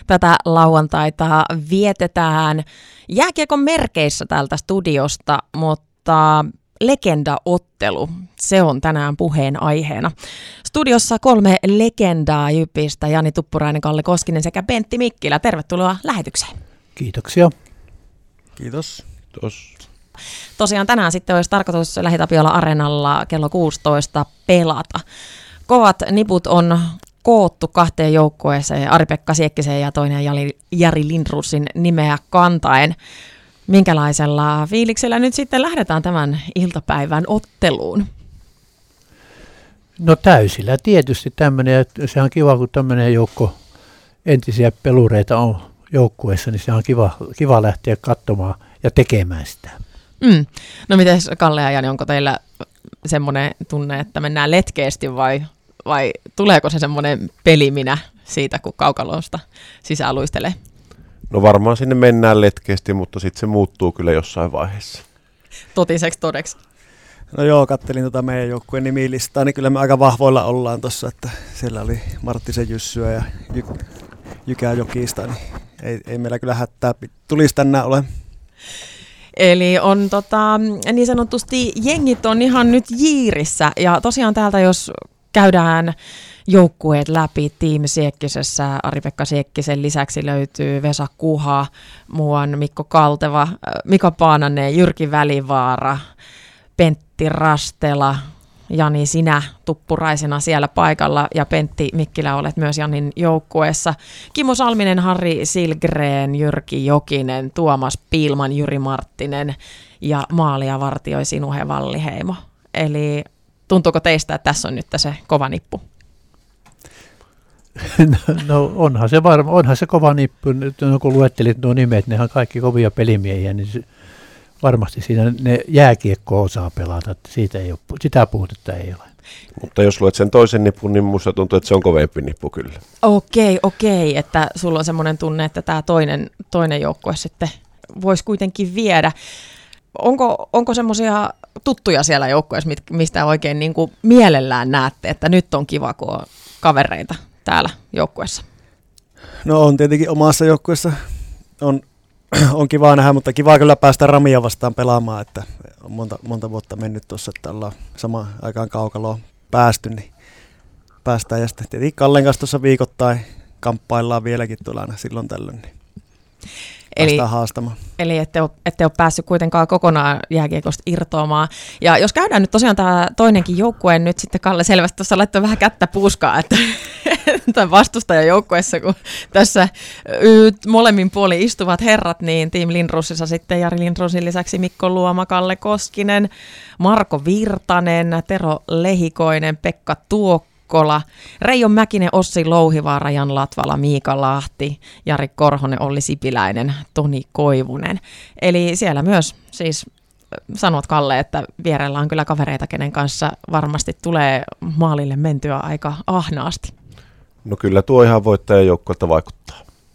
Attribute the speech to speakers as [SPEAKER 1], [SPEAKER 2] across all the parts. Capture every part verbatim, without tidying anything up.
[SPEAKER 1] Tätä lauantaita vietetään jääkiekon merkeissä täältä studiosta, mutta legendaottelu, se on tänään puheen aiheena. Studiossa kolme legendaa Jypistä, Jani Tuppurainen, Kalle Koskinen sekä Pentti Mikkilä. Tervetuloa lähetykseen.
[SPEAKER 2] Kiitoksia.
[SPEAKER 3] Kiitos. Kiitos.
[SPEAKER 1] Tosiaan tänään sitten olisi tarkoitus Lähi-Tapiola Areenalla kello kuusitoista pelata. Kovat niput on koottu kahteen joukkueeseen, Ari-Pekka Siekkisen ja toinen Jari Lindrosin nimeä kantaen. Minkälaisella fiiliksellä nyt sitten lähdetään tämän iltapäivän otteluun?
[SPEAKER 2] No täysillä tietysti tämmöinen, se on kiva, kun tämmöinen joukko entisiä pelureita on joukkueessa, niin se on kiva, kiva lähteä katsomaan ja tekemään sitä.
[SPEAKER 1] Mm. No miten Kalle ja Jani, onko teillä semmoinen tunne, että mennään letkeästi vai, vai tuleeko se semmoinen peliminä siitä, kun kaukalosta sisään luistelee?
[SPEAKER 3] No varmaan sinne mennään letkeästi, mutta sitten se muuttuu kyllä jossain vaiheessa.
[SPEAKER 1] Totiseksi todeksi.
[SPEAKER 4] No joo, kattelin tuota meidän joukkueen nimilistaa, niin kyllä me aika vahvoilla ollaan tuossa, että siellä oli Marttisen Jyssyä ja Jy- Jykää Jokista, niin ei, ei meillä kyllä hätää, tulisi tänään ole. Eli
[SPEAKER 1] on tota, niin sanotusti jengit on ihan nyt jiirissä ja tosiaan täältä jos käydään joukkueet läpi Tiimi Siekkisessä, Ari-Pekka Siekkisen lisäksi löytyy Vesa Kuha, muuan Mikko Kalteva, Mika Paananen, Jyrki Välivaara, Pentti Rastela, Jani sinä Tuppuraisena siellä paikalla ja Pentti Mikkilä olet myös Janin joukkueessa. Kimmo Salminen, Harri Silgren, Jyrki Jokinen, Tuomas Piilman, Jyri Marttinen ja maalia vartioi Sinuhe Valliheimo. Eli tuntuuko teistä, että tässä on nyt se kova nippu?
[SPEAKER 2] No onhan se varma, onhan se kova nippu. Nyt kun luettelit nuo nimet, ne on kaikki kovia pelimiehiä, niin se, varmasti siinä ne jääkiekko osaa pelata, että siitä ei ole, sitä puutetta ei ole.
[SPEAKER 3] Mutta jos luet sen toisen nipun, niin musta tuntuu, että se on kovempi nippu kyllä.
[SPEAKER 1] Okei, okei, että sulla on semmoinen tunne, että tämä toinen, toinen joukkue sitten voisi kuitenkin viedä. Onko, onko semmoisia tuttuja siellä joukkueessa, mistä oikein niin kuin mielellään näette, että nyt on kiva, kun on kavereita täällä joukkueessa?
[SPEAKER 4] No on tietenkin omassa joukkueessa on, on kiva nähdä, mutta kiva kyllä päästä Ramia vastaan pelaamaan, että on monta, monta vuotta mennyt tuossa, että ollaan samaan aikaan kaukaloon päästy, niin päästään. Ja sitten tietenkin Kallen kanssa tuossa viikoittain kamppaillaan vieläkin tuolla aina silloin tällöin, niin eli, haastamaan.
[SPEAKER 1] Eli ette ole, ette ole päässyt kuitenkaan kokonaan jääkiekosta irtoamaan. Ja jos käydään nyt tosiaan tämä toinenkin joukkue, nyt sitten Kalle selvästi tuossa laittoi vähän kättä puskaa, että tämän vastustajan joukkueessa, kun tässä molemmin puolin istuvat herrat, niin Team Lindrosissa sitten Jari Lindrosin lisäksi Mikko Luoma, Kalle Koskinen, Marko Virtanen, Tero Lehikoinen, Pekka Tuokkola, Reijo Mäkinen, Ossi Louhivaara, Jan Latvala, Miika Lahti, Jari Korhonen, Olli Sipiläinen, Toni Koivunen. Eli siellä myös siis sanot Kalle, että vierellä on kyllä kavereita, kenen kanssa varmasti tulee maalille mentyä aika ahnaasti.
[SPEAKER 3] No kyllä tuo ihan voittajajoukkueelta vaikuttaa.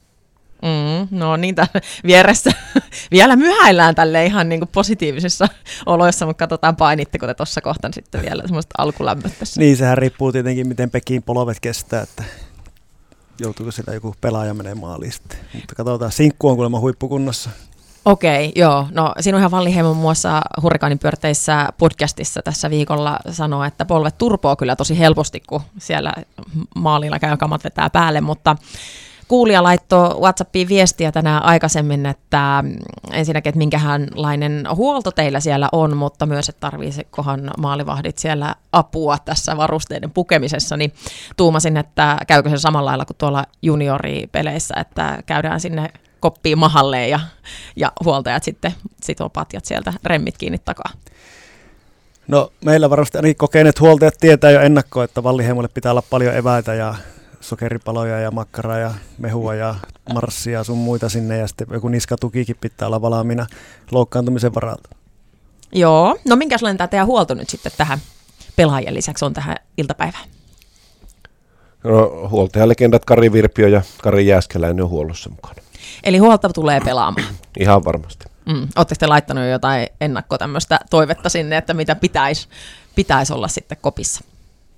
[SPEAKER 1] Mm, no niitä vieressä vielä myhäillään tälle ihan niin kuin positiivisissa oloissa, mutta katsotaan painitteko te tuossa kohtan sitten vielä semmoista alkulämmöt tässä.
[SPEAKER 4] Niin, sehän riippuu tietenkin, miten Pekin polvet kestää, että joutuuko siellä joku pelaaja menee maaliin sitten. Mutta katsotaan, sinkku on kuulemma huippukunnossa.
[SPEAKER 1] Okei, joo. No Sinuhe Valliheimo muun muassa Hurrikaanin pyörteissä podcastissa tässä viikolla sanoo, että polvet turpoo kyllä tosi helposti, kun siellä maalilla käy kamat vetää päälle, mutta kuulija laittoi WhatsAppiin viestiä tänään aikaisemmin, että ensinnäkin, että minkälainen huolto teillä siellä on, mutta myös, että tarvitsikohan maalivahdit siellä apua tässä varusteiden pukemisessa, niin tuumasin, että käykö se samalla lailla kuin tuolla junioripeleissä, että käydään sinne koppiin mahalleen ja, ja huoltajat sitten sitoo patjat sieltä remmit kiinni takaa.
[SPEAKER 4] No meillä varmasti ainakin kokeneet huoltajat tietää jo ennakkoon, että Valliheimolle pitää olla paljon eväitä ja sokeripaloja ja makkaraa ja mehua ja marssia ja sun muita sinne ja sitten joku niskatukikin pitää olla valmiina loukkaantumisen varalta.
[SPEAKER 1] Joo, no minkälainen tämä teidän huolto nyt sitten tähän pelaajien lisäksi on tähän iltapäivään?
[SPEAKER 3] No huoltajalegendat Kari Virpio ja Kari Jääskeläinen on huollossa mukana.
[SPEAKER 1] Eli huolta tulee pelaamaan?
[SPEAKER 3] Ihan varmasti.
[SPEAKER 1] Mm. Oletteko te laittanut jo jotain ennakko tämmöistä toivetta sinne, että mitä pitäisi pitäis olla sitten kopissa?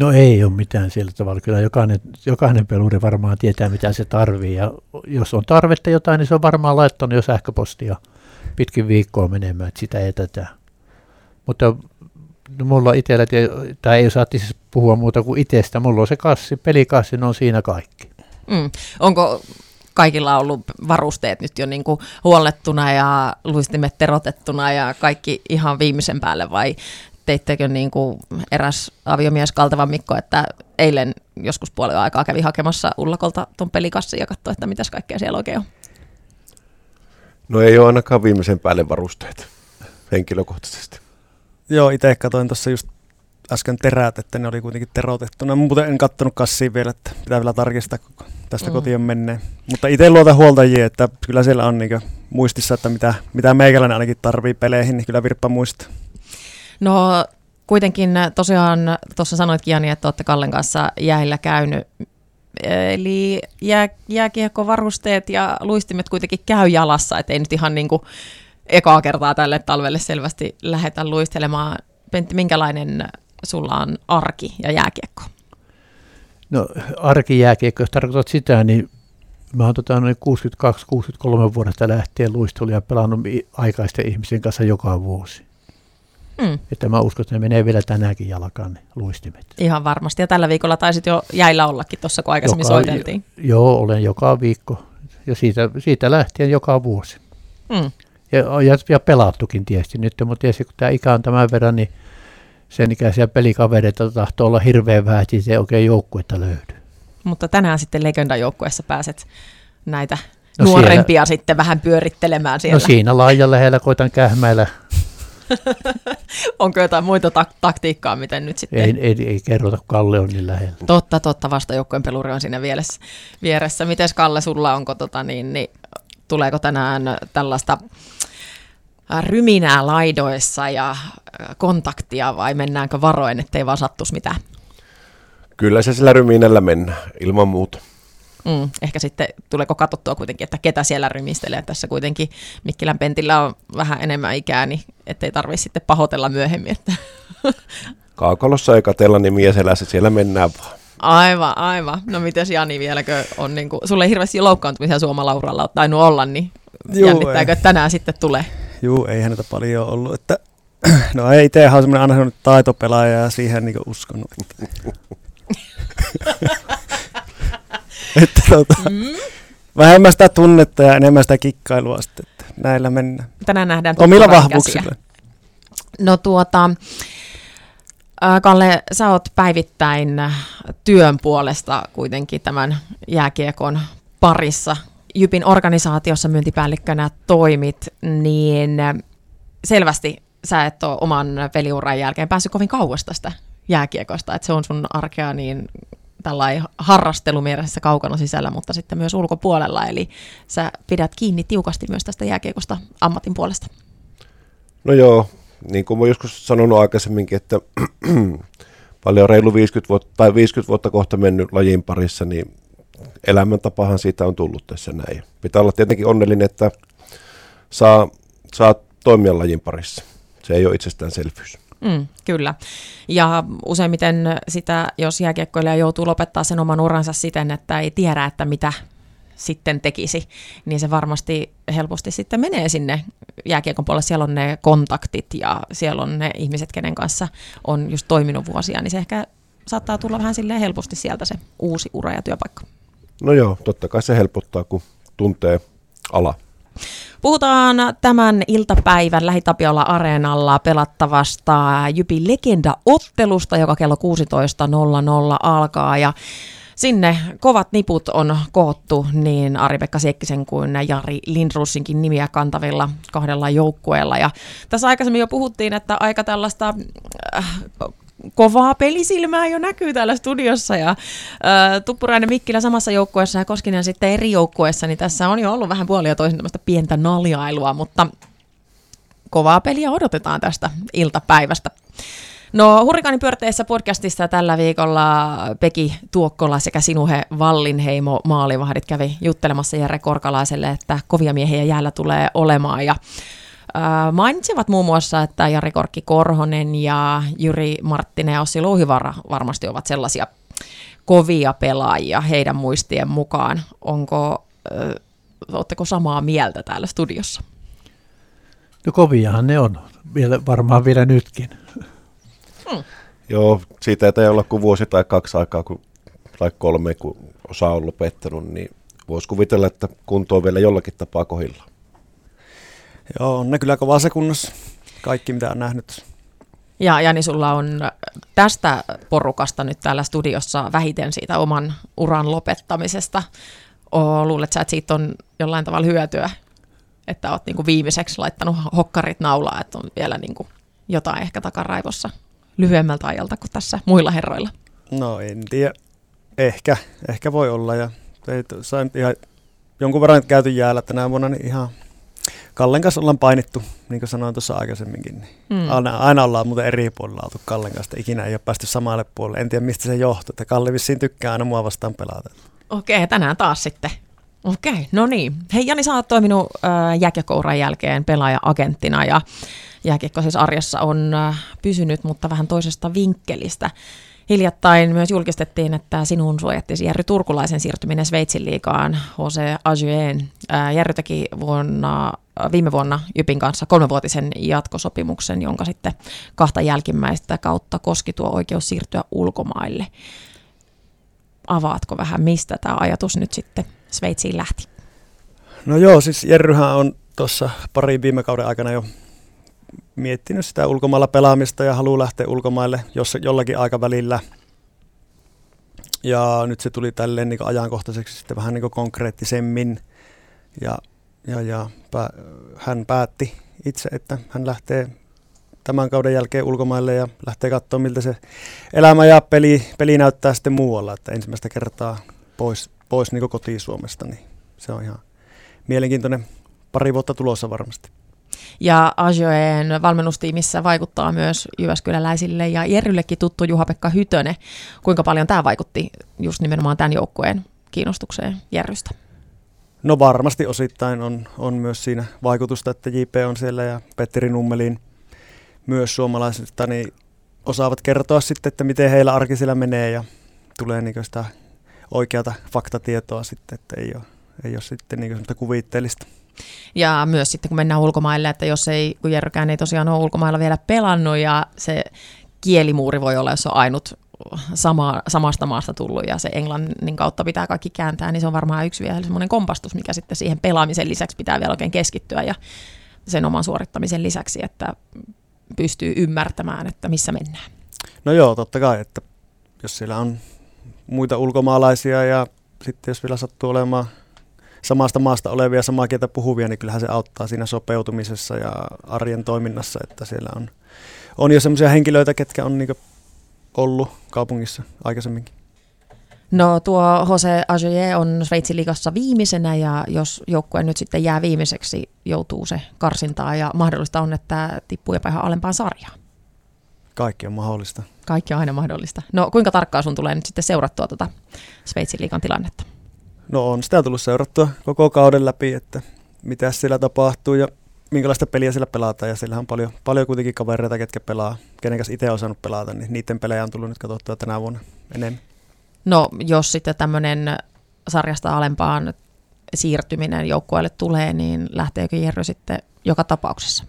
[SPEAKER 2] No ei ole mitään sillä tavalla. Kyllä jokainen, jokainen peluri varmaan tietää, mitä se tarvii. Ja jos on tarvetta jotain, niin se on varmaan laittanut jo sähköpostia pitkin viikkoa menemään, että sitä etetään. Mutta no, mulla itsellä, tai ei saatti siis puhua muuta kuin itsestä, mulla on se kassi, pelikassi, ne on siinä kaikki.
[SPEAKER 1] Mm. Onko kaikilla ollut varusteet nyt jo niin kuin huollettuna ja luistimet terotettuna ja kaikki ihan viimeisen päälle vai teittekö niin kuin eräs aviomies Kaltevan Mikko, että eilen joskus puolen aikaa kävi hakemassa Ullakolta tuon pelikassin ja katsoi, että mitäs kaikkea siellä oikein on?
[SPEAKER 3] No ei ole ainakaan viimeisen päälle varusteet henkilökohtaisesti.
[SPEAKER 4] Joo, itse katsoin tuossa just äsken terät, että ne oli kuitenkin terotettuna. Muuten en kattonut kassiin vielä, että pitää vielä tarkistaa, kun tästä mm. kotiin menee. Mutta itse luotan huoltajia, että kyllä siellä on niinku muistissa, että mitä, mitä meikäläinen ainakin tarvii peleihin, niin kyllä Virppa muistaa.
[SPEAKER 1] No kuitenkin tosiaan tuossa sanoitkin, Jani, että olette Kallen kanssa jäillä käynyt. Eli jää, jääkiekkovarusteet ja luistimet kuitenkin käy jalassa, et ei nyt ihan niin kuin ekaa kertaa tälle talvelle selvästi lähdetä luistelemaan. Pentti, minkälainen sulla on arki ja jääkiekko?
[SPEAKER 2] No arkijääkiekko, jos tarkoitat sitä, niin mä oon tota, noin kuusikymmentäkaksi kuusikymmentäkolme vuodesta lähtien luistellut ja pelannut aikaisten ihmisen kanssa joka vuosi. Mm. Että mä uskon, että ne menee vielä tänäänkin jalkaan ne luistimet.
[SPEAKER 1] Ihan varmasti. Ja tällä viikolla taisit jo jäillä ollakin tuossa, kun aikaisemmin joka, soiteltiin.
[SPEAKER 2] Joo, olen joka viikko. Ja siitä, siitä lähtien joka vuosi. Mm. Ja, ja, ja pelattukin tietysti nyt, mutta tietysti kun tämä ikä on tämän verran, niin sen ikäisiä pelikavereita tahtoo olla hirveän vähän, että se ei oikein joukkuetta löydy.
[SPEAKER 1] Mutta tänään sitten Legenda-joukkueessa pääset näitä no nuorempia siellä, sitten vähän pyörittelemään siellä.
[SPEAKER 2] No siinä laajan lähellä koitan kähmäillä.
[SPEAKER 1] Onko jotain muita tak- taktiikkaa, miten nyt sitten?
[SPEAKER 2] Ei, ei, ei kerrota, kun Kalle on niin lähellä.
[SPEAKER 1] Totta, totta, vasta joukkueen peluri on siinä vieressä. vieressä. Mites Kalle, sulla onko, tota, niin, niin, tuleeko tänään tällaista ryminää laidoissa ja kontaktia vai mennäänkö varoen, ettei vaan sattuisi mitään?
[SPEAKER 3] Kyllä se sillä ryminällä mennään, ilman muuta.
[SPEAKER 1] Mm, ehkä sitten tuleeko katsottua kuitenkin, että ketä siellä rymistelee. Tässä kuitenkin Mikkilän Pentillä on vähän enemmän ikää, niin ettei tarvitse sitten pahoitella myöhemmin. Että
[SPEAKER 3] Kaakalossa ei katsella nimiä selässä, siellä mennään vaan.
[SPEAKER 1] Aivan, aivan. No mites Jani, vieläkö on, niin kuin, sulle ei hirveästi loukkaantumisia Suomalauralla ole tainnut olla, niin Juu, jännittääkö, että tänään sitten tulee?
[SPEAKER 4] Joo, ei häntä paljon ollut. Että, no ei, itsehän on semmoinen aina semmoinen taitopelaaja ja siihen niin uskonut. Että. Että tuota, mm. vähemmän sitä tunnetta ja enemmän sitä kikkailua sitten, että näillä mennään.
[SPEAKER 1] Tänään nähdään
[SPEAKER 4] omilla vahvuuksilla.
[SPEAKER 1] No tuota, Kalle, sä oot päivittäin työn puolesta kuitenkin tämän jääkiekon parissa. Jypin organisaatiossa myyntipäällikkönä toimit, niin selvästi sä et ole oman peliuran jälkeen päässyt kovin kauas tästä jääkiekosta, että se on sun arkea niin tällainen harrastelumielessä kaukana sisällä, mutta sitten myös ulkopuolella, eli sä pidät kiinni tiukasti myös tästä jääkiekosta ammatin puolesta. No
[SPEAKER 3] joo, niin kuin mä joskus sanonut aikaisemminkin, että paljon reilu viisikymmentä vuotta, tai viisikymmentä vuotta kohta mennyt lajin parissa, niin elämäntapahan siitä on tullut tässä näin. Pitää olla tietenkin onnellinen, että saa, saa toimia lajin parissa. Se ei ole itsestäänselvyys.
[SPEAKER 1] Mm, kyllä. Ja useimmiten sitä, jos jääkiekkoilija joutuu lopettaa sen oman uransa siten, että ei tiedä, että mitä sitten tekisi, niin se varmasti helposti sitten menee sinne jääkiekon puolelle. Siellä on ne kontaktit ja siellä on ne ihmiset, kenen kanssa on just toiminut vuosia, niin se ehkä saattaa tulla vähän silleen helposti sieltä se uusi ura ja työpaikka.
[SPEAKER 3] No joo, totta kai se helpottaa, kun tuntee ala.
[SPEAKER 1] Puhutaan tämän iltapäivän Lähi-Tapiola-areenalla pelattavasta Jypin Legenda-ottelusta, joka kello kuusitoista nolla nolla alkaa. Ja sinne kovat niput on koottu niin Ari-Pekka Siekkisen kuin Jari Lindrosinkin nimiä kantavilla kahdella joukkueella. Ja tässä aikaisemmin jo puhuttiin, että aika tällaista Äh, kovaa pelisilmää jo näkyy täällä studiossa ja ää, Tuppurainen Mikkilä samassa joukkueessa ja Koskinen sitten eri joukkueessa, niin tässä on jo ollut vähän puolin ja toisin tämmöistä pientä naljailua, mutta kovaa peliä odotetaan tästä iltapäivästä. No Hurrikaanipyörteissä podcastissa tällä viikolla Peki Tuokkola sekä Sinuhe Vallinheimo maalivahdit kävi juttelemassa Jere Korkalaiselle, että kovia miehiä jäällä tulee olemaan ja äh, mainitsivat muun muassa, että Jari Korkki-Korhonen ja Jyri Marttinen ja Ossi Louhivaara varmasti ovat sellaisia kovia pelaajia heidän muistien mukaan. Onko, äh, ootteko samaa mieltä täällä studiossa?
[SPEAKER 2] No koviahan ne on, vielä, varmaan vielä nytkin.
[SPEAKER 3] Hmm. Joo, siitä ei olla kuin vuosi tai kaksi aikaa, kun, tai kolme, kun osa on lopettanut, niin voisi kuvitella, että kunto on vielä jollakin tapaa kohdillaan.
[SPEAKER 4] Joo, on ne kyllä kovassa kunnossa, kaikki mitä on nähnyt.
[SPEAKER 1] Ja Jani, sulla on tästä porukasta nyt täällä studiossa vähiten siitä oman uran lopettamisesta. O, luulet sä, että siitä on jollain tavalla hyötyä, että oot niinku viimeiseksi laittanut hokkarit naulaa, että on vielä niinku jotain ehkä takaraivossa lyhyemmältä ajalta kuin tässä muilla herroilla?
[SPEAKER 4] No en tiedä, ehkä, ehkä voi olla ja sain ihan jonkun verran käyty jäällä tänä vuonna, niin ihan Kallen kanssa ollaan painittu, niin kuin sanoin tuossa aikaisemminkin. Niin mm. aina, aina ollaan muuten eri puolilla oltu Kallen kanssa, ikinä ei ole päästy samalle puolelle. En tiedä, mistä se johtuu, että Kalle vissiin tykkää aina mua vastaan pelata.
[SPEAKER 1] Okei, tänään taas sitten. Okei, no niin. Hei Jani, sä oot toiminut äh, jääkiekkouran jälkeen pelaaja-agenttina ja jääkiekko siis arjessa on äh, pysynyt, mutta vähän toisesta vinkkelistä. Hiljattain myös julkistettiin, että sinun suojattisi Jerry Turkulaisen siirtyminen Sveitsin liigaan H C Ajueen. Jerry teki vuonna, viime vuonna Jypin kanssa kolmevuotisen jatkosopimuksen, jonka sitten kahta jälkimmäistä kautta koski tuo oikeus siirtyä ulkomaille. Avaatko vähän, mistä tämä ajatus nyt sitten Sveitsiin lähti?
[SPEAKER 4] No joo, siis Jerryhän on tuossa pari viime kauden aikana jo miettinyt sitä ulkomailla pelaamista ja haluaa lähteä ulkomaille jos, jollakin aikavälillä. Ja nyt se tuli tälleen niin kuin ajankohtaiseksi sitten vähän niin kuin konkreettisemmin. Ja, ja, ja pää, hän päätti itse, että hän lähtee tämän kauden jälkeen ulkomaille ja lähtee katsoa, miltä se elämä ja peli, peli näyttää sitten muualla. Että ensimmäistä kertaa pois, pois niin kuin koti-Suomesta, niin se on ihan mielenkiintoinen pari vuotta tulossa varmasti.
[SPEAKER 1] Ja Ajoeen valmennustiimissä vaikuttaa myös jyväskyläläisille ja Jerryllekin tuttu Juha-Pekka Hytönen. Kuinka paljon tämä vaikutti just nimenomaan tämän joukkueen kiinnostukseen Jerrystä?
[SPEAKER 4] No varmasti osittain on, on myös siinä vaikutusta, että J P on siellä ja Petteri Nummelin myös suomalaisista niin osaavat kertoa sitten, että miten heillä arki siellä menee ja tulee niin sitä oikeata faktatietoa sitten, että ei ole, ei ole sitten niin semmoista kuvitteellista.
[SPEAKER 1] Ja myös sitten kun mennään ulkomaille, että jos ei, kun Jerrykään ei tosiaan ole ulkomailla vielä pelannut ja se kielimuuri voi olla, jos on ainut sama, samasta maasta tullut ja se englannin kautta pitää kaikki kääntää, niin se on varmaan yksi vielä semmoinen kompastus, mikä sitten siihen pelaamisen lisäksi pitää vielä oikein keskittyä ja sen oman suorittamisen lisäksi, että pystyy ymmärtämään, että missä mennään.
[SPEAKER 4] No joo, totta kai, että jos siellä on muita ulkomaalaisia ja sitten jos vielä sattuu olemaan samasta maasta olevia, samaa kieltä puhuvia, niin kyllähän se auttaa siinä sopeutumisessa ja arjen toiminnassa, että siellä on, on jo semmoisia henkilöitä, ketkä on niinku ollut kaupungissa aikaisemminkin.
[SPEAKER 1] No tuo H C Ajoye on Sveitsin liigassa viimeisenä ja jos joukkue nyt sitten jää viimeiseksi, joutuu se karsintaan ja mahdollista on, että tippuu jopa ihan alempaan sarjaan.
[SPEAKER 4] Kaikki on mahdollista.
[SPEAKER 1] Kaikki on aina mahdollista. No kuinka tarkkaan sun tulee nyt sitten seurattua tuota Sveitsin liigan tilannetta?
[SPEAKER 4] No on sitä tullut seurattua koko kauden läpi, että mitä siellä tapahtuu ja minkälaista peliä siellä pelataan. Ja siellä on paljon, paljon kuitenkin kavereita, ketkä pelaa, kenen kanssa itse on saanut pelata, niin niiden pelejä on tullut nyt katsottua tänä vuonna enemmän. No jos sitten tämmöinen sarjasta alempaan siirtyminen joukkueelle tulee, niin lähteekö Jerry sitten joka tapauksessa?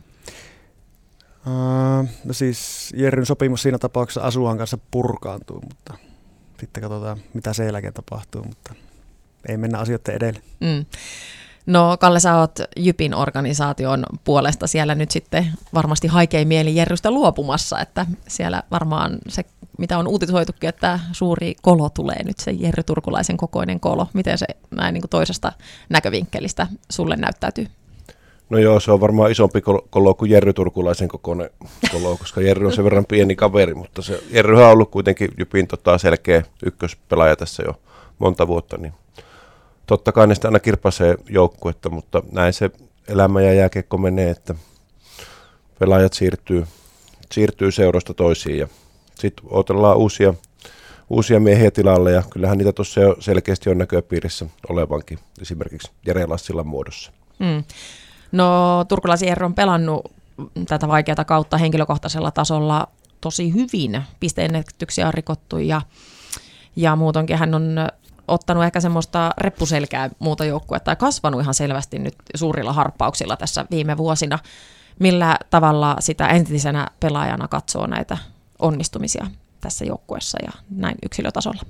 [SPEAKER 4] Uh, no siis Jerryn sopimus siinä tapauksessa Asuhan kanssa purkaantuu, mutta sitten katsotaan mitä sen jälkeen tapahtuu, mutta ei mennä asioiden edelle. Mm. No Kalle, sä oot Jypin organisaation puolesta siellä nyt sitten varmasti haikein mieli Jerrystä luopumassa, että siellä varmaan se, mitä on uutisoitukin, että suuri kolo tulee nyt, se Jerry Turkulaisen kokoinen kolo. Miten se näin niin kuin toisesta näkövinkkelistä sulle näyttäytyy? No joo, se on varmaan isompi kolo kuin Jerry Turkulaisen kokoinen kolo, koska Jerry on sen verran pieni kaveri, mutta se Jerryhän on ollut kuitenkin Jypin tota, selkeä ykköspelaaja tässä jo monta vuotta, niin totta kai ne sitä aina kirpaisee joukkuetta, mutta näin se elämä ja jääkiekko menee, että pelaajat siirtyy, siirtyy seurasta toisiin ja sitten odotellaan uusia, uusia miehiä tilalle ja kyllähän niitä tuossa jo selkeästi on näköpiirissä olevankin, esimerkiksi Jere Lassilan muodossa. Mm.
[SPEAKER 1] No turkulaisen Jerry on pelannut tätä vaikeata kautta henkilökohtaisella tasolla tosi hyvin. Pisteennätyksiä on rikottu ja, ja muutonkin hän on ottanut ehkä semmoista reppuselkää muuta joukkuetta ja kasvanut ihan selvästi nyt suurilla harppauksilla tässä viime vuosina. Millä tavalla sitä entisenä pelaajana katsoo näitä onnistumisia tässä joukkueessa ja näin yksilötasolla?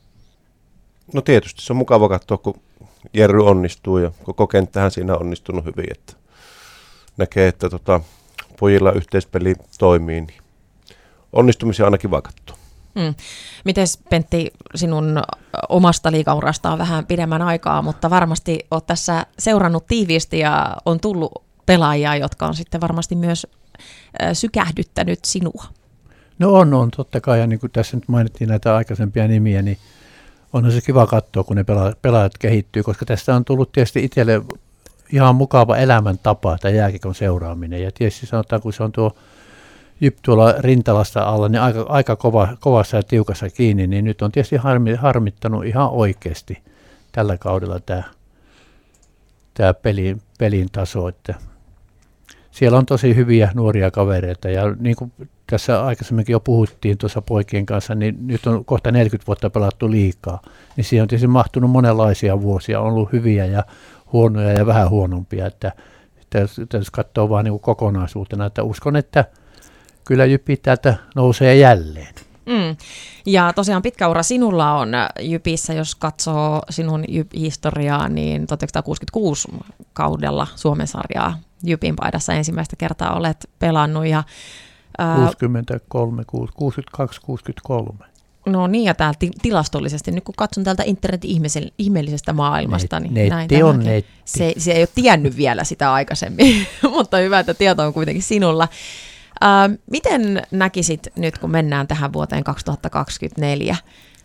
[SPEAKER 3] No tietysti se on mukava katsoa, kun Jerry onnistuu ja koko kenttähän siinä on onnistunut hyvin, että näkee, että tota, pojilla yhteispeli toimii, niin onnistumisia on aina kiva katsoa.
[SPEAKER 1] Hmm. Mites Pentti, sinun omasta liigaurasta on vähän pidemmän aikaa, mutta varmasti olet tässä seurannut tiiviisti ja on tullut pelaajia, jotka on sitten varmasti myös sykähdyttänyt sinua.
[SPEAKER 2] No on, on totta kai, ja niin kuin tässä nyt mainittiin näitä aikaisempia nimiä, niin onhan se kiva katsoa, kun ne pela- pelaajat kehittyy, koska tästä on tullut tietysti itselle ihan mukava elämäntapa, tämä jääkiekon seuraaminen, ja tietysti sanotaan, kun se on tuo Jyp tuolla rintalasta alla, niin aika, aika kova, kovassa ja tiukassa kiinni, niin nyt on tietysti harmi, harmittanut ihan oikeasti tällä kaudella tämä, tämä pelin, pelin taso, että siellä on tosi hyviä nuoria kavereita, ja niin kuin tässä aikaisemminkin jo puhuttiin tuossa poikien kanssa, niin nyt on kohta neljäkymmentä vuotta pelattu liigaa, niin siihen on tietysti mahtunut monenlaisia vuosia, on ollut hyviä ja huonoja ja vähän huonompia, että, että jos katsoo vaan niin kuin kokonaisuutena, että uskon, että kyllä Jypi täältä nousee jälleen.
[SPEAKER 1] Mm. Ja tosiaan pitkä ura sinulla on Jypissä, jos katsoo sinun Jyp-historiaa, niin tuhatyhdeksänsataakuusikymmentäkuusi kaudella Suomen sarjaa Jypin paidassa ensimmäistä kertaa olet pelannut. Ja, ää,
[SPEAKER 2] kuusikymmentäkolme, kuusikymmentäkaksi kuusikymmentäkolme.
[SPEAKER 1] No niin, ja täällä tilastollisesti, nyt kun katson täältä internetin ihmeellisestä maailmasta,
[SPEAKER 2] Net,
[SPEAKER 1] niin
[SPEAKER 2] netti
[SPEAKER 1] näin
[SPEAKER 2] on netti.
[SPEAKER 1] Se, se ei ole tiennyt vielä sitä aikaisemmin, mutta hyvä, että tieto on kuitenkin sinulla. Uh, miten näkisit nyt, kun mennään tähän vuoteen kaksituhattakaksikymmentäneljä?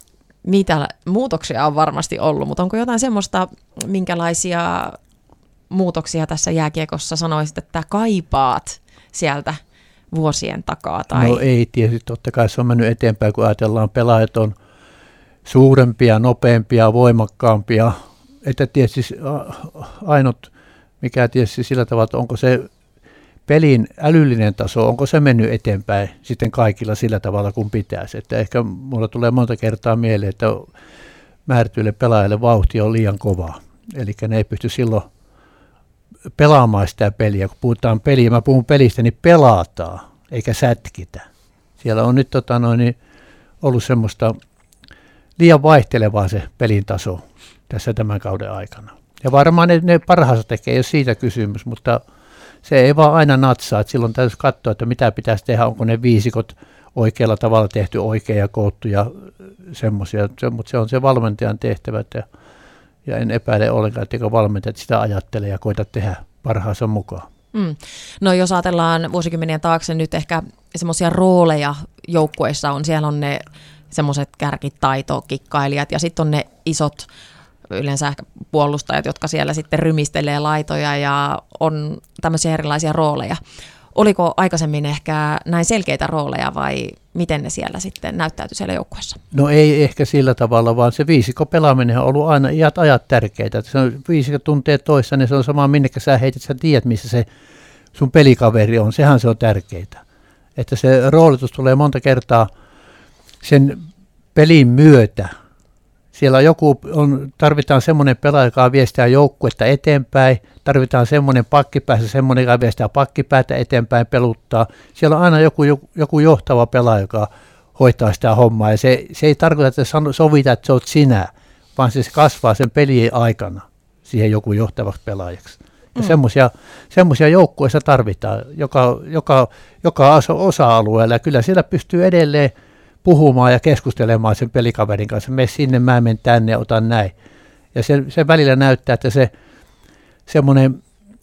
[SPEAKER 1] Mitä muutoksia on varmasti ollut, mutta onko jotain semmoista, minkälaisia muutoksia tässä jääkiekossa sanoisit, että kaipaat sieltä vuosien takaa? Tai...
[SPEAKER 2] No ei tietysti, totta kai se on mennyt eteenpäin, kun ajatellaan pelaajat on suurempia, nopeampia, voimakkaampia. Että tietysti ainut, mikä tietysti sillä tavalla, että onko se pelin älyllinen taso, onko se mennyt eteenpäin sitten kaikilla sillä tavalla kuin pitäisi. Että ehkä mulla tulee monta kertaa mieleen, että määrätyille pelaajille vauhti on liian kova. Eli ne ei pysty silloin pelaamaan sitä peliä. Kun puhutaan peliä, mä puhun pelistä, niin pelataan, eikä sätkitä. Siellä on nyt tota noin, niin ollut semmoista liian vaihtelevaa se pelin taso tässä tämän kauden aikana. Ja varmaan ne, ne parhaansa tekee, ei ole siitä kysymys, mutta se ei vaan aina natsaa, että silloin täytyisi katsoa, että mitä pitäisi tehdä, onko ne viisikot oikealla tavalla tehty oikein ja koottu ja semmoisia, se, mutta se on se valmentajan tehtävä, ja, ja en epäile ollenkaan, etteikö valmentajat sitä ajattele ja koita tehdä parhaansa mukaan.
[SPEAKER 1] Mm. No jos ajatellaan vuosikymmenien taakse nyt ehkä semmoisia rooleja joukkueissa on, siellä on ne semmoiset kärkitaitokikkailijat ja sitten on ne isot yleensä puolustajat, jotka siellä sitten rymistelee laitoja ja on tämmöisiä erilaisia rooleja. Oliko aikaisemmin ehkä näin selkeitä rooleja vai miten ne siellä sitten näyttäytyi siellä joukkueessa?
[SPEAKER 2] No ei ehkä sillä tavalla, vaan se viisikko pelaaminen on ollut aina iät ajat tärkeitä. Se on, viisikko tuntee toissa, niin se on sama minnekä sä heität, sä tiedät missä se sun pelikaveri on, sehän se on tärkeää. Että se roolitus tulee monta kertaa sen pelin myötä. Siellä joku on, tarvitaan semmoinen pelaaja, joka viestää joukkuetta eteenpäin, tarvitaan semmoinen pakkipäässä, semmoinen, joka viestää pakkipäätä eteenpäin, peluttaa. Siellä on aina joku, joku, joku johtava pelaaja, joka hoitaa sitä hommaa, ja se, se ei tarkoita, että sovita, että se olet sinä, vaan se kasvaa sen pelien aikana siihen joku johtavaksi pelaajaksi. Ja mm. semmoisia, semmoisia joukkueissa tarvitaan, joka, joka, joka osa-alueella, ja kyllä siellä pystyy edelleen puhumaan ja keskustelemaan sen pelikaverin kanssa. Mene sinne, mä menen tänne, otan näin. Ja se, se välillä näyttää, että se semmoinen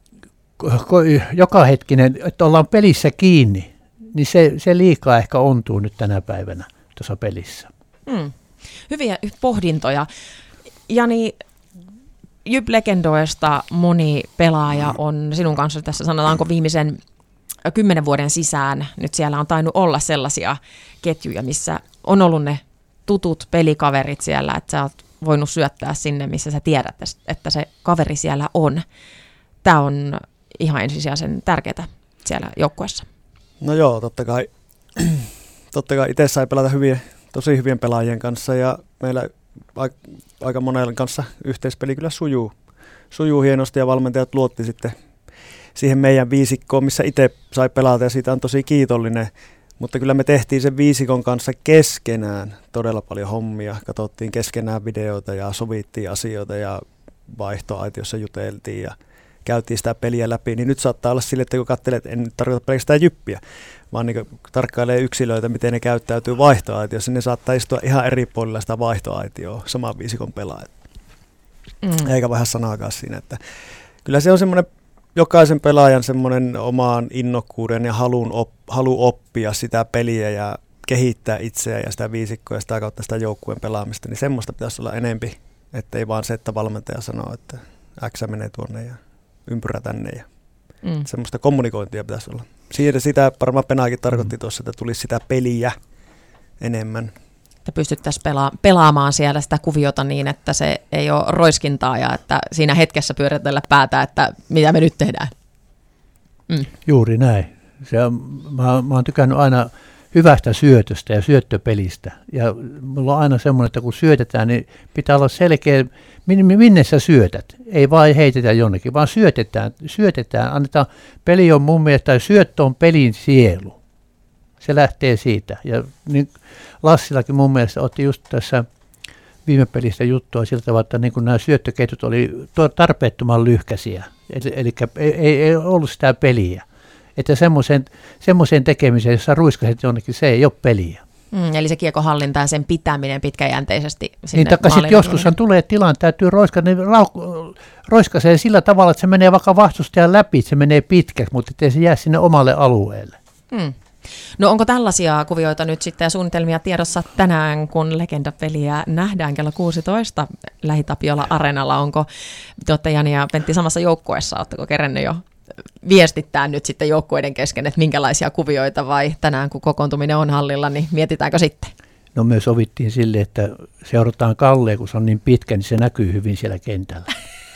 [SPEAKER 2] joka hetkinen, että ollaan pelissä kiinni, niin se, se liikaa ehkä ontuu nyt tänä päivänä tuossa pelissä. Mm.
[SPEAKER 1] Hyviä pohdintoja. Jani, Jyp-legendoista moni pelaaja on sinun kanssa tässä, sanotaanko viimeisen kymmenen vuoden sisään, nyt siellä on tainnut olla sellaisia ketjuja, missä on ollut ne tutut pelikaverit siellä, että sä oot voinut syöttää sinne, missä sä tiedät, että se kaveri siellä on. Tämä on ihan ensisijaisen tärkeää siellä joukkueessa.
[SPEAKER 4] No joo, totta kai. Totta kai itse sai pelata hyvien, tosi hyvien pelaajien kanssa ja meillä aika monella kanssa yhteispeli kyllä sujuu. Sujuu hienosti ja valmentajat luotti sitten siihen meidän viisikkoon, missä itse sai pelata ja siitä on tosi kiitollinen. Mutta kyllä me tehtiin sen viisikon kanssa keskenään todella paljon hommia. Katsottiin keskenään videoita ja sovittiin asioita ja vaihtoaitiossa juteltiin ja käytiin sitä peliä läpi. Niin nyt saattaa olla sille, että kun katselet, en nyt tarkoita pelkästään jyppiä, vaan niin tarkkailee yksilöitä, miten ne käyttäytyy vaihtoaitiossa. Ne saattaa istua ihan eri puolilla sitä vaihtoaitioa saman viisikon pelaajat. Mm. Eikä vähän sanaakaan siinä. Että kyllä se on semmoinen jokaisen pelaajan semmoinen omaan innokkuuden ja halun op, halu oppia sitä peliä ja kehittää itseä ja sitä viisikkoa ja sitä kautta sitä joukkueen pelaamista, niin semmoista pitäisi olla enempi, ettei vaan se, että valmentaja sanoo, että X menee tuonne ja ympyrä tänne ja mm. semmoista kommunikointia pitäisi olla. Siitä sitä varmaan Penaakin tarkoitti tuossa, että tulisi sitä peliä enemmän.
[SPEAKER 1] Että pystyttäisiin pela- pelaamaan siellä sitä kuviota niin, että se ei ole roiskintaa ja että siinä hetkessä pyöritellä päätä, että mitä me nyt tehdään. Mm.
[SPEAKER 2] Juuri näin. Se on, mä, mä oon tykännyt aina hyvästä syötöstä ja syöttöpelistä. Ja mulla on aina semmoinen, että kun syötetään, niin pitää olla selkeä, minne, minne sä syötät. Ei vaan heitetä jonnekin, vaan syötetään. syötetään. Annetaan, peli on mun mielestä, tai syöttö on pelin sielu. Se lähtee siitä. Ja niin Lassilakin mun mielestä otti just tässä viime pelistä juttua siltä tavalla, että niin kun nämä syöttöketjut oli tarpeettoman lyhkäisiä. Eli, eli ei, ei, ei ollut sitä peliä. Että semmoisen, semmoisen tekemiseen, jossa ruiskaset jonnekin, se ei ole peliä.
[SPEAKER 1] Mm, eli se kiekohallinta ja sen pitäminen pitkäjänteisesti sinne
[SPEAKER 2] niin, taikka sitten joskushan tulee tilanne, täytyy roiskata, niin roiskasee sillä tavalla, että se menee vaikka vastustajan läpi, että se menee pitkäksi, mutta ettei se jää sinne omalle alueelle. Mm.
[SPEAKER 1] No onko tällaisia kuvioita nyt sitten ja suunnitelmia tiedossa tänään, kun legendapeliä nähdään kello kuusitoista Lähi-Tapiola-areenalla? Onko te olette Jani ja Pentti samassa joukkueessa, oletteko kerännyt jo viestittää nyt sitten joukkueiden kesken, että minkälaisia kuvioita vai tänään kun kokoontuminen on hallilla, niin mietitäänkö sitten?
[SPEAKER 2] No me sovittiin sille, että seurataan Kallea, kun se on niin pitkä, niin se näkyy hyvin siellä kentällä.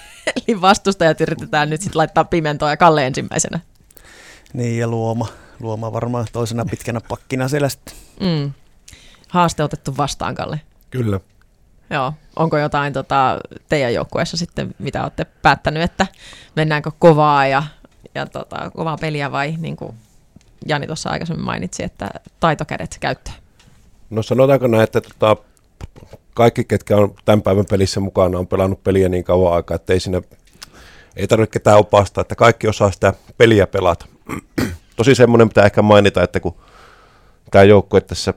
[SPEAKER 1] Eli vastustajat yritetään nyt sitten laittaa pimentoa ja Kalle ensimmäisenä.
[SPEAKER 4] Niin ja Luoma. Luoma varmaan toisena pitkänä pakkina siellä sitten.
[SPEAKER 1] Mm. Haaste otettu vastaan, Kalle.
[SPEAKER 3] Kyllä.
[SPEAKER 1] Joo. Onko jotain tota, teidän joukkueessa sitten, mitä olette päättänyt, että mennäänkö kovaa ja, ja tota, kovaa peliä vai niin kuin Jani tuossa aikaisemmin mainitsi, että taitokädet käyttöön?
[SPEAKER 3] No sanotaanko näin, että tota, kaikki, ketkä on tämän päivän pelissä mukana, on pelannut peliä niin kauan aikaa, että ei, siinä, ei tarvitse ketään opastaa, että kaikki osaa sitä peliä pelata. Tosi semmoinen pitää ehkä mainita, että kun tämä joukkue tässä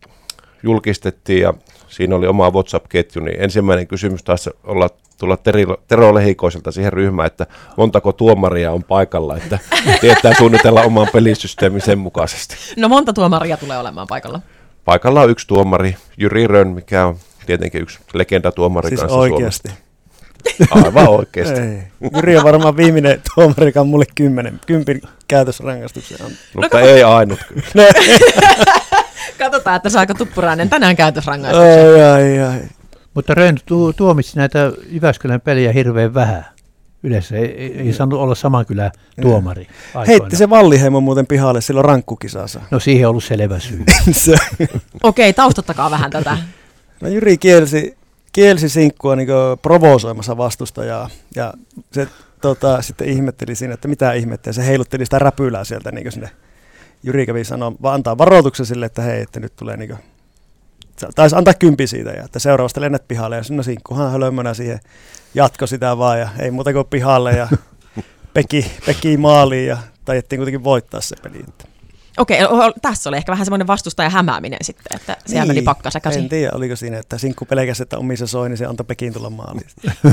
[SPEAKER 3] julkistettiin ja siinä oli oma WhatsApp-ketju, niin ensimmäinen kysymys taas olla tulla Tero Lehikoiselta siihen ryhmään, että montako tuomaria on paikalla, että tietää suunnitella oman pelisysteemin sen mukaisesti.
[SPEAKER 1] No monta tuomaria tulee olemaan paikalla?
[SPEAKER 3] Paikalla on yksi tuomari, Jyri Rönn, mikä on tietenkin yksi legendatuomari siis kanssa
[SPEAKER 4] oikeasti.
[SPEAKER 3] Suomesta. Aivan oikeasti.
[SPEAKER 4] Ei. Jyri on varmaan viimeinen tuomari, joka on mulle kymmenen, kympin käytösrangaistuksen antaa.
[SPEAKER 3] Mutta no, ei ainut kyllä.
[SPEAKER 1] Katsotaan, että saako Tuppurainen tänään käytösrangaistuksen.
[SPEAKER 4] Ai, ai, ai.
[SPEAKER 2] Mutta Rönn tu- tuomitsi näitä Jyväskylän peliä hirveän vähän. Yleensä ei, ei, ei saanut olla saman kylän tuomari. Aikoina.
[SPEAKER 4] Heitti se Valliheimo muuten pihalle silloin rankkukisassa.
[SPEAKER 2] No siihen on ollut selvä syy.
[SPEAKER 1] Okei, taustattakaa vähän tätä.
[SPEAKER 4] No Jyri kielsi, kielsi sinkkua niin provosoimassa vastustajaa ja se tota, sitten ihmetteli siinä, että mitä ihmettä. Se heilutteli sitä räpylää sieltä niin sinne. Jyri kävi sanoa, vaan antaa varoituksen sille, että hei, että nyt tulee niin kuin, taisi antaa kympi siitä ja että seuraavasta lennät pihalle ja no sinkkuhan hölmönä siihen jatko sitä vaan ja ei muuta kuin pihalle ja peki, peki maaliin ja taidettiin kuitenkin voittaa se peli.
[SPEAKER 1] Okei, tässä oli ehkä vähän semmoinen vastustaja hämääminen sitten, että siellä niin, meni pakka sekaisin.
[SPEAKER 4] En tiedä, oliko siinä, että sinkku pelkäsi, että omissa soi, niin se antoi Pekiin tulla maaliin.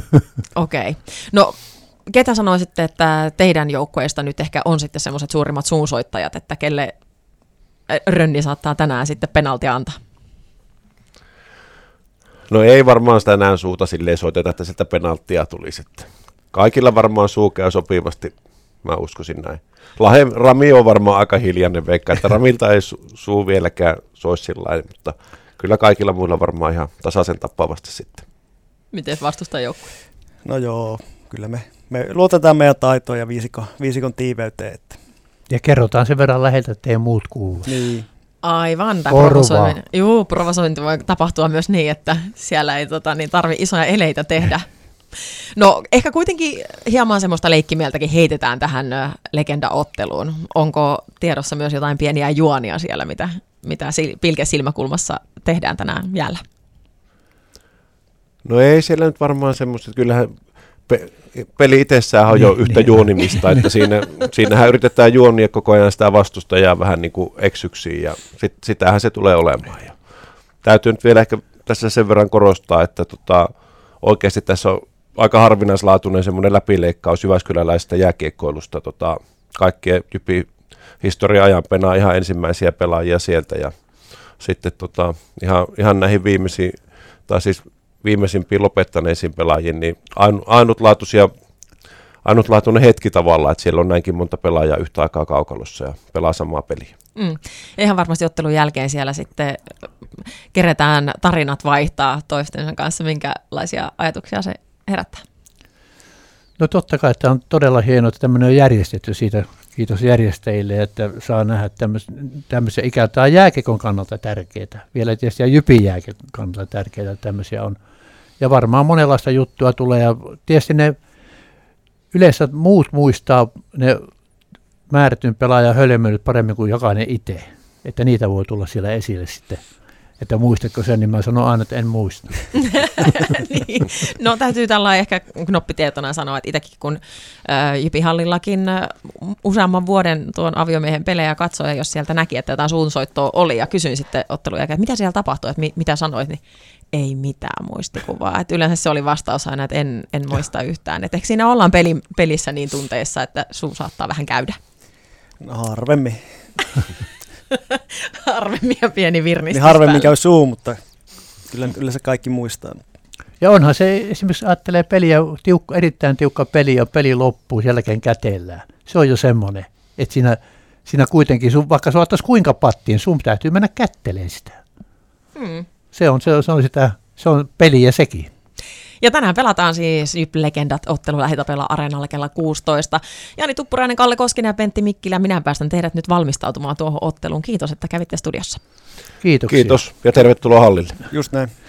[SPEAKER 1] Okei, no ketä sanoisitte, että teidän joukkueesta nyt ehkä on sitten semmoiset suurimmat suunsoittajat, että kelle Rönni saattaa tänään sitten penaltia antaa?
[SPEAKER 3] No ei varmaan sitä enää suuta silleen soiteta, että sieltä penalttia tulisi. Kaikilla varmaan suu käy sopivasti, mä uskoisin näin. Lahe, Rami on varmaan aika hiljainen veikka, että Ramilta ei su, suu vieläkään soisi sillain, mutta kyllä kaikilla muilla varmaan ihan tasaisen tappavasti sitten.
[SPEAKER 1] Miten vastustaa joukkue?
[SPEAKER 4] No joo, kyllä me, me luotetaan meidän taitoon ja viisikon, viisikon tiiveyteen. Että.
[SPEAKER 2] Ja kerrotaan sen verran läheltä, ettei muut kuulu.
[SPEAKER 4] Niin.
[SPEAKER 1] Aivan, tämä provosointi, juu, provosointi voi tapahtua myös niin, että siellä ei tota, niin tarvi isoja eleitä tehdä. No ehkä kuitenkin hieman semmoista leikkimieltäkin heitetään tähän ö, legendaotteluun. Onko tiedossa myös jotain pieniä juonia siellä, mitä, mitä sil, pilkesilmäkulmassa tehdään tänään jäällä?
[SPEAKER 3] No ei siellä nyt varmaan semmoista, että kyllähän pe- peli itsessään on jo
[SPEAKER 2] niin,
[SPEAKER 3] yhtä
[SPEAKER 2] niin.
[SPEAKER 3] juonimista, että siinä, siinähän yritetään juonia koko ajan sitä vastustajaa vähän niin kuin eksyksiin ja sit, sitähän se tulee olemaan. Ja täytyy nyt vielä ehkä tässä sen verran korostaa, että tota, oikeasti tässä on aika harvinaislaatuinen semmoinen läpileikkaus jyväskyläläisestä jääkiekkoilusta. Tota, kaikkien Jypi historian ajan penaa ihan ensimmäisiä pelaajia sieltä ja sitten tota, ihan, ihan näihin viimeisiin, tai siis viimeisimpiin lopettaneisiin pelaajiin, niin ainutlaatuisia, ainutlaatuinen hetki tavallaan, että siellä on näinkin monta pelaajaa yhtä aikaa kaukalossa ja pelaa samaa peliä.
[SPEAKER 1] Mm. Ihan varmasti ottelun jälkeen siellä sitten keretään tarinat vaihtaa toistensa kanssa, minkälaisia ajatuksia se herättää.
[SPEAKER 2] No totta kai, että on todella hienoa, että tämmöinen on järjestetty siitä. Kiitos järjestäjille, että saa nähdä tämmöisiä ikään kuin jääkiekon kannalta tärkeitä. Vielä tietysti ja Jypin jääkiekon kannalta tärkeitä tämmöisiä on. Ja varmaan monenlaista juttua tulee. Ja tietysti ne yleensä muut muistaa ne määrätyn pelaajan hölmöilyt paremmin kuin jokainen itse. Että niitä voi tulla siellä esille sitten. Että muistatko sen, niin mä sanon aina, että en muista.
[SPEAKER 1] Niin. No täytyy tällä ehkä knoppitietona sanoa, että itsekin kun äh, Jypihallillakin äh, useamman vuoden tuon aviomiehen pelejä katsoin, ja jos sieltä näki, että jotain suunsoittoa oli, ja kysyin sitten ottelun jälkeen, että mitä siellä tapahtui, että mi- mitä sanoit, niin ei mitään muistikuvaa. Että yleensä se oli vastaus aina, että en, en muista yhtään. Että siinä ollaan peli, pelissä niin tunteissa, että suu saattaa vähän käydä.
[SPEAKER 4] No harvemmin.
[SPEAKER 1] Harvemmin ja pieni virnistys
[SPEAKER 4] niin harvemmin
[SPEAKER 1] päällä.
[SPEAKER 4] käy suu, mutta kyllä, kyllä se kaikki muistaa.
[SPEAKER 2] Ja onhan se esimerkiksi ajattelee peliä, tiukka, erittäin tiukka peli ja peli loppuu, jälkeen kätellään. Se on jo semmoinen, että siinä, siinä kuitenkin, sun, vaikka se ottaisi kuinka pattiin, sun täytyy mennä kättelemään sitä. Hmm. Se, on, se, on, se, on sitä, se on peliä sekin.
[SPEAKER 1] Ja tänään pelataan siis Jyp-legendat-ottelu Lähitapella Areenalla kello kuusitoista. Jani Tuppurainen, Kalle Koskinen ja Pentti Mikkilä, minä päästän teidät nyt valmistautumaan tuohon otteluun. Kiitos, että kävitte studiossa.
[SPEAKER 2] Kiitoksia.
[SPEAKER 3] Kiitos ja tervetuloa hallille.
[SPEAKER 4] Just näin.